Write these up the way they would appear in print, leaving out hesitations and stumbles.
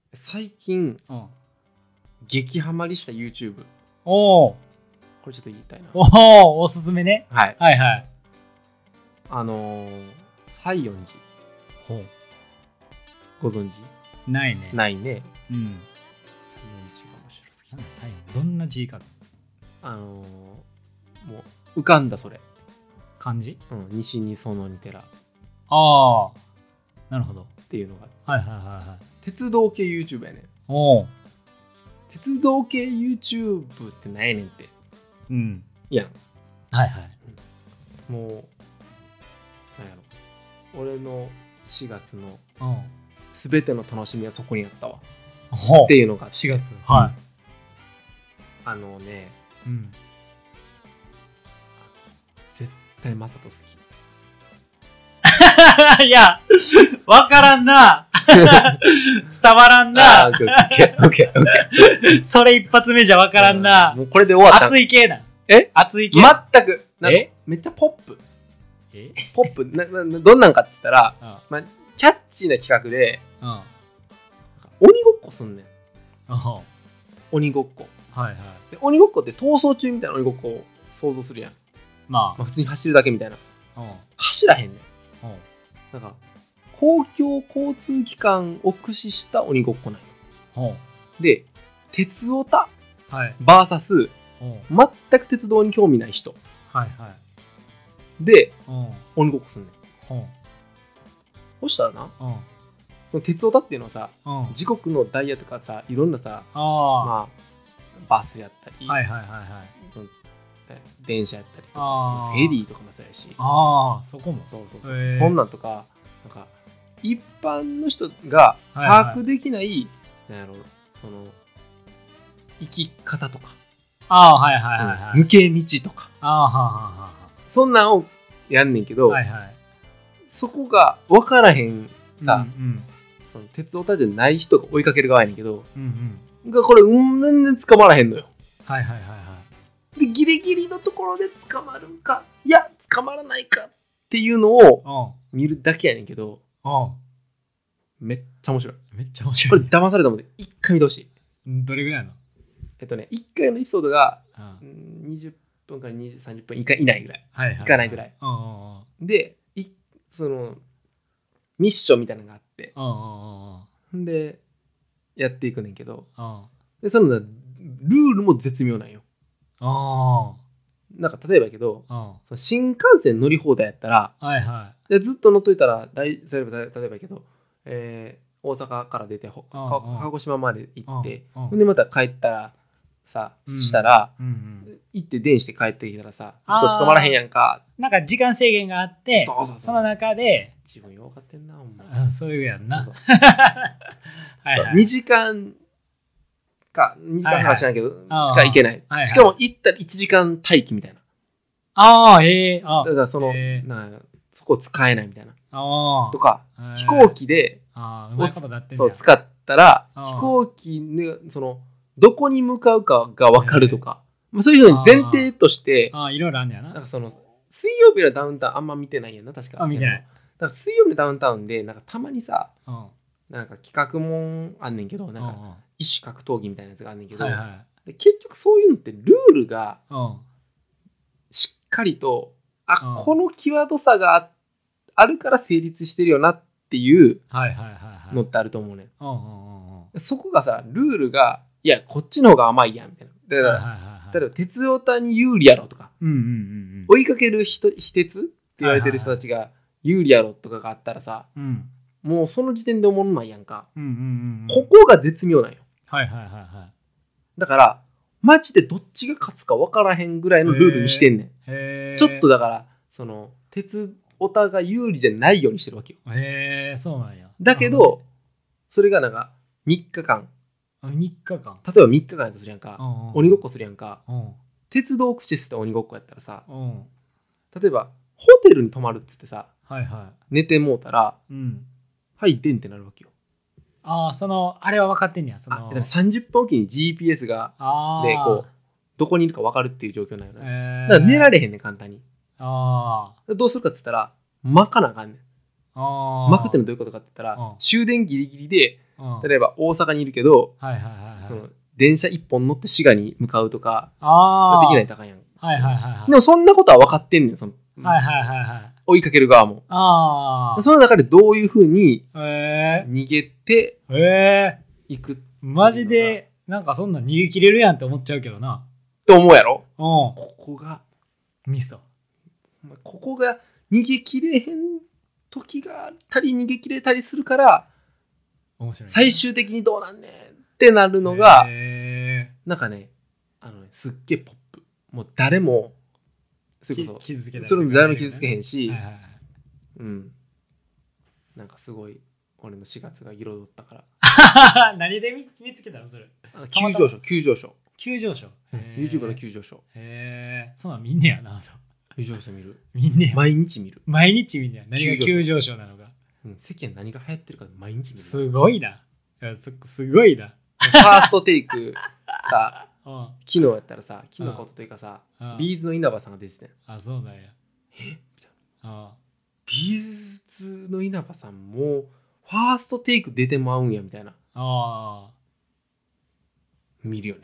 最近うん。 激ハマりした YouTube おお。 これちょっと言いたいな。 おお、おすすめね。 はい。 はいはい。 西園寺ほう。 ご存知ないね。 ないね。 うん。 西園寺が面白すぎなんだサイン。どんな字書く？ もう浮かんだそれ。 漢字？ 西にそのに寺っああ。なるほど。 ていうのがはいはいはいはい。 鉄道系 YouTube やねん。 おお。 鉄道系 YouTube ってなんやねんって。 うん。 いやん。 はいはい。 もうなんやろ。俺の4月のうん。 全ての楽しみはそこにあったわ。 ほう。 っていうのが 4月。はね、 い。うん。 絶対マサト好き。 いや、わからんな。伝わらんな。 オッケー。 それ一発目じゃわからんな。 もうこれで終わった。 熱い系な。 え熱い系。 全く。めっちゃポップ。ポップどんなんかって言ったら、キャッチーな企画で、鬼ごっこすんねん。鬼ごっこ。 はいはい。 で鬼ごっこって逃走中みたいな鬼ごっこを想像するやん。まあ普通に走るだけみたいな。走らへんねん。なんか公共交通機関を駆使した鬼ごっこなんよ。で、鉄オタ VS 全く鉄道に興味ない人で鬼ごっこすんねん。そしたらな、その鉄オタっていうのはさ、時刻のダイヤとかさ、いろんなさ、まあバスやったり、その電車やったりとか、フェリーとかもそうやし、 そこもそうそんなんとか、なんか一般の人が把握できない、なんやろ、その生き方とか、抜け道とか、そんなんをやんねんけど、そこが分からへんさ、その鉄オタじゃない人が追いかける側やねんけど、がこれ全然捕まらへんのよ。でギリギリのところで捕まるか、いや捕まらないかっていうのを見るだけやねんけど、めっちゃ面白い。これ騙されたもんで一回見てほしい。 どれぐらいの 1回のエピソードが20分から30分以内ぐらい、いかないぐらいで、そのミッションみたいなのがあって、でやっていくねんけど、でそのルールも絶妙なんよ。なんか例えばやけど、新幹線乗り放題やったら、でずっと乗っといたら例えばやけど、大阪から出て鹿児島まで行って、でまた帰ったらさ、したら、行って電して帰ってきたらさ、ずっと捕まらへんやんか。 なんか時間制限があって、その中で自分よう分かってんな、お前。 そういうやんな。 2時間か2時間か知らんけどしか行けない。しかも行ったら1時間待機みたいな。だからそのそこ使えないみたいなとか、飛行機で使ったら飛行機でそのどこに向かうかが分かるとか、そういうふうに前提としていろいろあんねやな。 なんかその水曜日のダウンタウンあんま見てないやんな、確か。 見てない。 だから水曜日のダウンタウンでなんかたまにさ、なんか企画もあんねんけど、なんか異種格闘技みたいなやつがあんねんけど、で結局そういうのってルールがしっかりと、この際どさがあるから成立してるよなっていうのってあると思うねん。そこがさ、ルールがいやこっちの方が甘いやんみたいな。だから例えば鉄オタに有利やろとか、追いかける非鉄って言われてる人たちが有利やろとかがあったらさ、もうその時点でおもんないやんか。ここが絶妙なんよ。だからマジでどっちが勝つか分からへんぐらいのルールにしてんねん。ちょっとだからその鉄オタが有利じゃないようにしてるわけよ。 そうなんや。 だけどそれがなんか3日間、 3日間、 例えば3日間やとするやんか、鬼ごっこするやんか。鉄道を駆使した鬼ごっこやったらさ、例えばホテルに泊まるっつってさ、寝てもうたら、はいでんってなるわけよ。 そのあれは分かってんねや。その 30分おきに GPS がでこうどこにいるか分かるっていう状況なんよね。だから寝られへんねん、簡単に。どうするかっつったら巻かなあかんねん。 まくってのどういうことかって言ったら、終電ギリギリで例えば大阪にいるけど、その電車1本乗って滋賀に向かうとかできないとあかんやん。でもそんなことは分かってんねん、その追いかける側も。その中でどういうふうに逃げていく。 マジでなんかそんな逃げ切れるやんって思っちゃうけどな。 と思うやろ。ここがミスト。 ここが逃げ切れへん時があったり逃げ切れたりするから面白い、ね、最終的にどうなんねんってなるのがなんかね、すっげえポップ。もう誰もそれこそそれも誰も傷つけへんし、うん、なんかすごい俺の4月が彩ったから何で見つけたのそれ。 急上昇急上昇、 YouTube の急上昇。 そうなん見んねやな。 急上昇見る。 見んねや。 毎日見る。 毎日見んねや。何が急上昇なのか。 世間何が流行ってるか毎日見る。 すごいな。すごいな。 ファーストテイクさ昨日やったらさ、昨日ことというかさ、ビーズの稲葉さんが出てたよ。 そうなんや。 みたいな。ビーズの稲葉さんもファーストテイク出てまうんやみたいな。見るよね。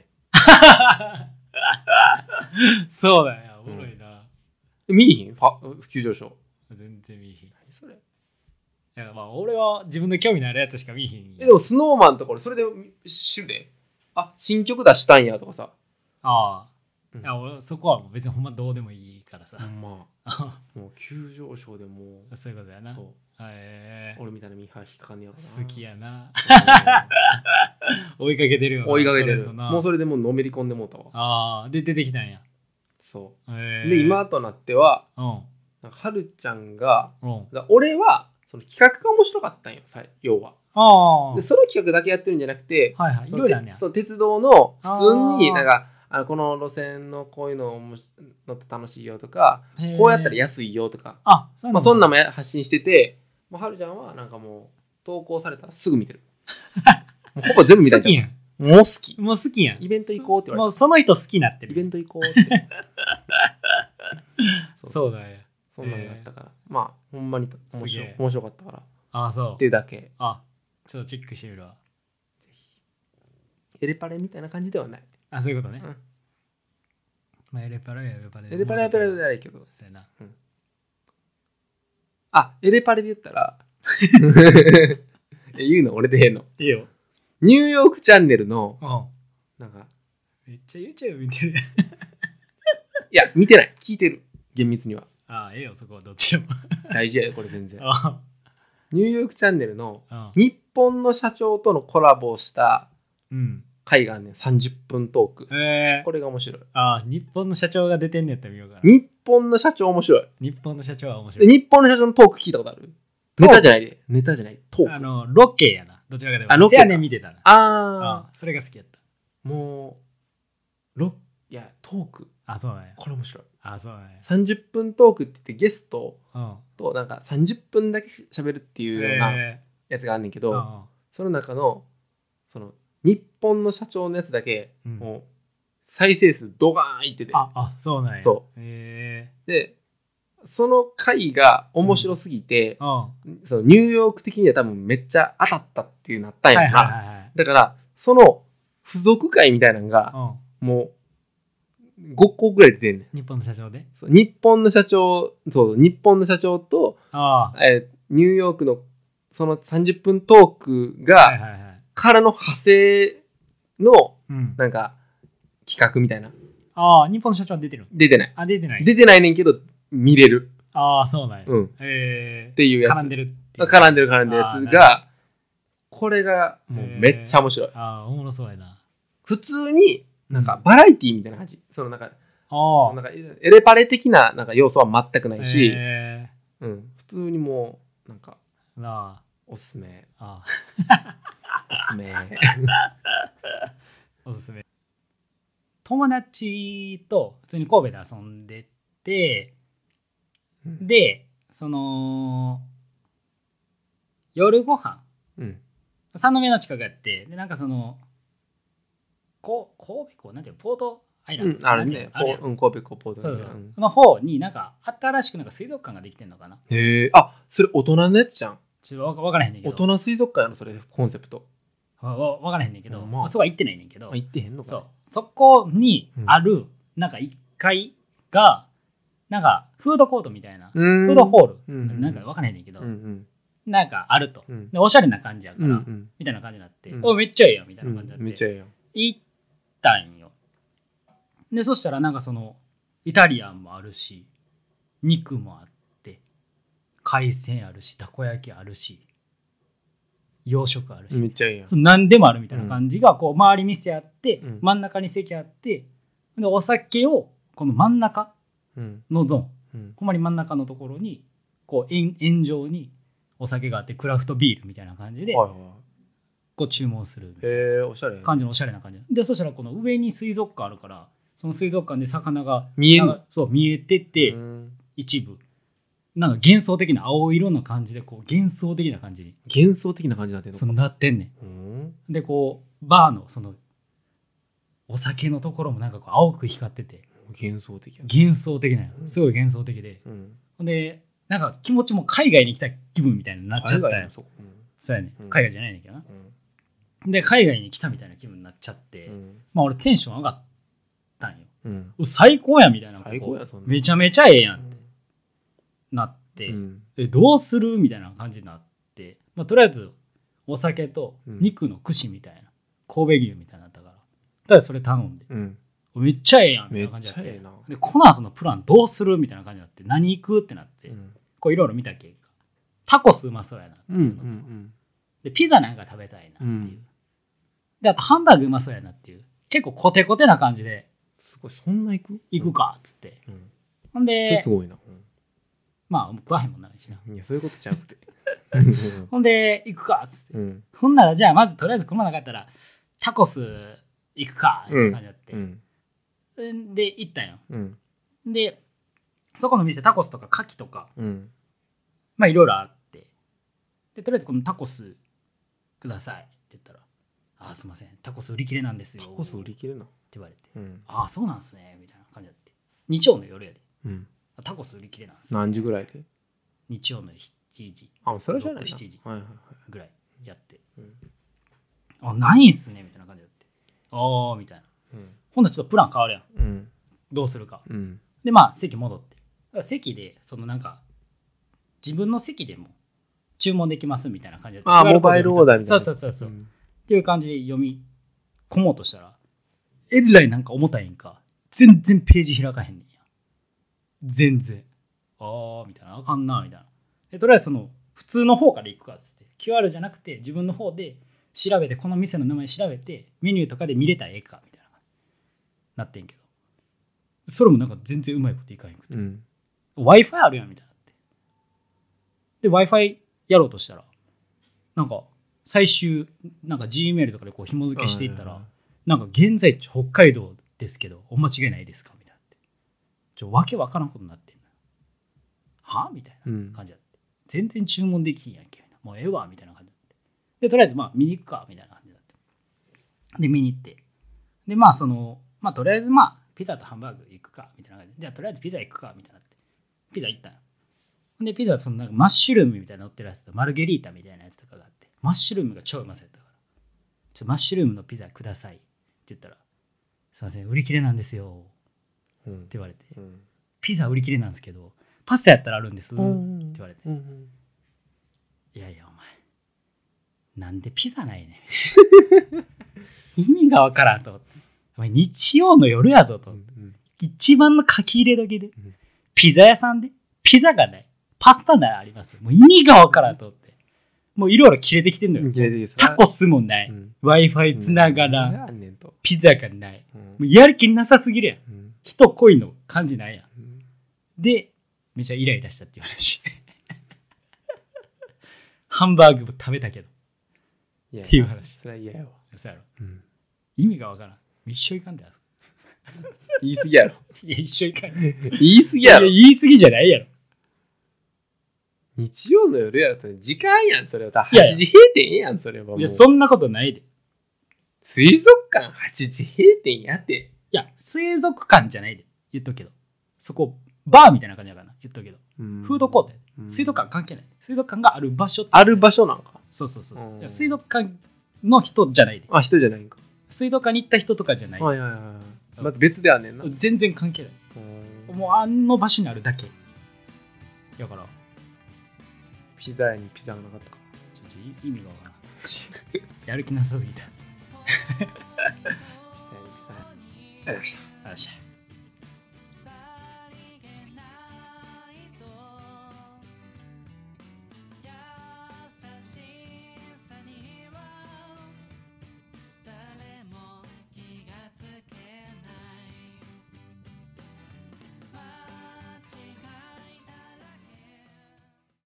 そうだよ。おもろいな。 見いひん急上昇。 全然見いひん。 何それ。 いやまあ俺は自分の興味のあるやつしか見いひん。 でもスノーマンとか俺それで知るで。新曲出したんやとかさ。 いや俺そこはもう別にほんまどうでもいいからさ。 もう急上昇でもうそういうことやな。そう俺みたいなミーハー引っかかんねやろな。好きやな。追いかけてるよな。 追いかけてる。もうそれでもうのめり込んでもうたわ。 で出てきたんや。 そうで今となってははるちゃんが俺はその企画が面白かったんよ要は。でその企画だけやってるんじゃなくて、 いろいろあんねや。 その鉄道の普通になんかこの路線のこういうの乗って楽しいよとか、こうやったら安いよとか、そんなも発信してて、もうはるちゃんはなんかもう投稿されたらすぐ見てる。もうほぼ全部見たい。 好きやん。 もう好きやん。 イベント行こうって言われて。 もうその人好きになってる。 イベント行こうって。 そうだよ。 そんなのがあったから、まあほんまに面白かったから。 そう。 っていうだけ。 ちょっとチェックしてみるわ。 ぜひ。エレパレみたいな感じではない。 そういうことね。エレパレエレパレではないけど。 そうやな。 エレパレで言ったら言うの俺でええの。 いいよ。 ニューヨークチャンネルのなんかめっちゃ YouTube 見てる。 いや見てない、聞いてる。厳密にはええよ、そこはどっちでも大事やよこれ全然。ニューヨークチャンネルの日本の社長とのコラボをした回があんねん。30分トーク。これが面白い。 日本の社長が出てんねやったら見ようかな。 日本の社長面白い。 日本の社長は面白い。 日本の社長のトーク聞いたことある？ネタじゃないで。ネタじゃない。トーク。 ロケやな。どちらかでも。せやねん見てたな。それが好きやった。 もういやトーク。 そうなんや。 これ面白い。 そうなんや。 30分トークって言ってゲストとなんか30分だけ喋るっていうようなやつがあんねんけど、その中のその日本の社長のやつだけもう再生数ドガーンいってて。 そうなんや。 そうでその回が面白すぎて、そのニューヨーク的には多分めっちゃ当たったっていうなったんやな。だからその付属回みたいなのがもう5個ぐらい出てんねん。 日本の社長で？ 日本の社長とニューヨークのその30分トークがからの派生のなんか企画みたいな。 日本の社長は出てる？ 出てない。 出てないねんけど見れる。 そうなんや。 っていうやつ。 絡んでるやつがこれがもうめっちゃ面白い。 おもろそうやな。 普通になんかバラエティみたいな感じ。そのなんかエレパレ的ななんか要素は全くないし、普通にもうなんかおすすめ。おすすめ。 おすすめ。友達と普通に神戸で遊んでて、でその夜ご飯、三宮の近くやって、でなんかその神戸港なんていうポートアイランド、 あるね。神戸港ポートそうの方になんか新しくなんか水族館ができてんのかな。 へえ。あ、それ大人のやつじゃん。 分からへんねんけど。 大人水族館やろそれコンセプト。 分からへんねんけど、そこは行ってないねんけど。 行ってへんのか。 そこにあるなんか1階がなんかフードコートみたいな、フードホールなんか分からへんねんけど、なんかあると。でおしゃれな感じやからみたいな感じになって、おめっちゃええやんみたいな感じになって、 めっちゃええやん。 行ったんよ。でそしたらなんかそのイタリアンもあるし肉もあって海鮮あるしたこ焼きあるし洋食あるしめっちゃええやん。 何でもあるみたいな感じがこう周り店あって、真ん中に席あってでお酒をこの真ん中のゾーン、ほんまに真ん中のところにこう円状にお酒があってクラフトビールみたいな感じで、こう注文するみたいなおしゃれ感じのおしゃれな感じで、そしたらこの上に水族館あるからその水族館で魚が見えてて、一部なんか幻想的な青色の感じでこう幻想的な感じに幻想的な感じになってんのそのなってんねん。でこうバーのそのお酒のところもなんかこう青く光ってて幻想的なの、すごい幻想的で、でなんか気持ちも海外に来た気分みたいになっちゃったよ。そうやね、海外じゃないねんけどな、で海外に来たみたいな気分になっちゃって、まあ俺テンション上がったんよ、最高やみたいな、めちゃめちゃええやんってなって、どうするみたいな感じになって、まあ、とりあえずお酒と肉の串みたいな、神戸牛みたいになったから、とりあえずそれ頼んで、めっちゃええやんみたいな感じになって、でこの後のプランどうするみたいな感じになって、何行くってなって、こういろいろ見た結果タコスうまそうやなっていうのと、でピザなんか食べたいなっていう、であとハンバーグうまそうやなっていう、結構コテコテな感じで、 すごい、そんな行くかっつって、ほんですごいな、 まあ食わへんもんないしな、 いやそういうことちゃなくてほんで行くかっつって、ほんならじゃあまずとりあえず来なかったらタコス行くかって感じだって、で行ったんよ、でそこの店タコスとかカキとか、まあいろいろあって、でとりあえずこのタコスくださいって言ったら、あすいませんタコス売り切れなんですよ、 タコス売り切れなって言われて、ああそうなんすねみたいな感じだって、日曜の夜やで、タコス売り切れなんす、 何時ぐらいで？ 日曜の7時、 それじゃないな、 7時ぐらいやって、 あないんすねみたいな感じだって、ああみたいな、ほんならちょっとプラン変わるやん、どうするか、でまあ席戻って、席でそのなんか自分の席でも注文できますみたいな感じで、 モバイルオーダーみたいな、 そう、っていう感じで読み込もうとしたら、えらいなんか重たいんか、全然ページ開かへんねんや、全然、みたいな、あかんなみたいな、でとりあえずその普通の方から行くかっつって、 QR じゃなくて自分の方で調べて、この店の名前調べてメニューとかで見れたらええかみたいななってんけど、それもなんか全然うまいこといかへんくて、Wi-Fi あるやんみたいなって、で Wi-Fi やろうとしたらなんか最終なんか Gmail とかでこう紐付けしていったら、なんか現在地北海道ですけどお間違いないですかみたいな、わけわからんことになってんの、はみたいな感じだって、全然注文できんやんけ、もうええわみたいな感じだって、でとりあえずまあ見に行くかみたいな感じだって、で見に行って、でまあそのまあとりあえずまあピザとハンバーグ行くかみたいな感じで、じゃあとりあえずピザ行くかみたいなって、ピザ行ったんよ。でピザはそのなんかマッシュルームみたいなの乗ってるやつとマルゲリータみたいなやつとかがあって、マッシュルームが超うまそうやったから、マッシュルームのピザくださいって言ったら、すいません売り切れなんですよって言われて、ピザ売り切れなんですけどパスタやったらあるんですって言われて、いやいやお前なんでピザないねん意味がわからんと思って、お前日曜の夜やぞと思って、一番の書き入れ時で、ピザ屋さんでピザがない、パスタならあります、もう意味がわからんと思って、もういろいろ切れてきてんのよ、タコスもない、Wi-Fi つながらん、ピザがない、もうやる気なさすぎるやん、人恋の感じないやん、でめちゃイライラしたっていう話ハンバーグも食べたけどっていう話、 それは嫌やわ、 そうやろ、意味がわからん、一緒いかんだよ言い過ぎやろ、 いや一緒いかん言い過ぎやろ、 言い過ぎじゃないやろ、 日曜の夜やろと時間やん、それは8時閉店やん、それはもう、 いやそんなことないで、 水族館8時閉店やって、 いや水族館じゃないで言っとくけど、そこバーみたいな感じだからな言っとくけど、フードコートや、水族館関係ない、水族館がある場所ってある場所なんか。 そうそうそう、いや水族館の人じゃないで。 あ、人じゃないんか。 水族館に行った人とかじゃない。 はいはいはい。また別であんねんな。 全然関係ない。もうあの場所にあるだけだから。 ピザ屋にピザがなかったか。 意味がわからん。やる気なさすぎた。 ありがとうございました。 ありがとうございました。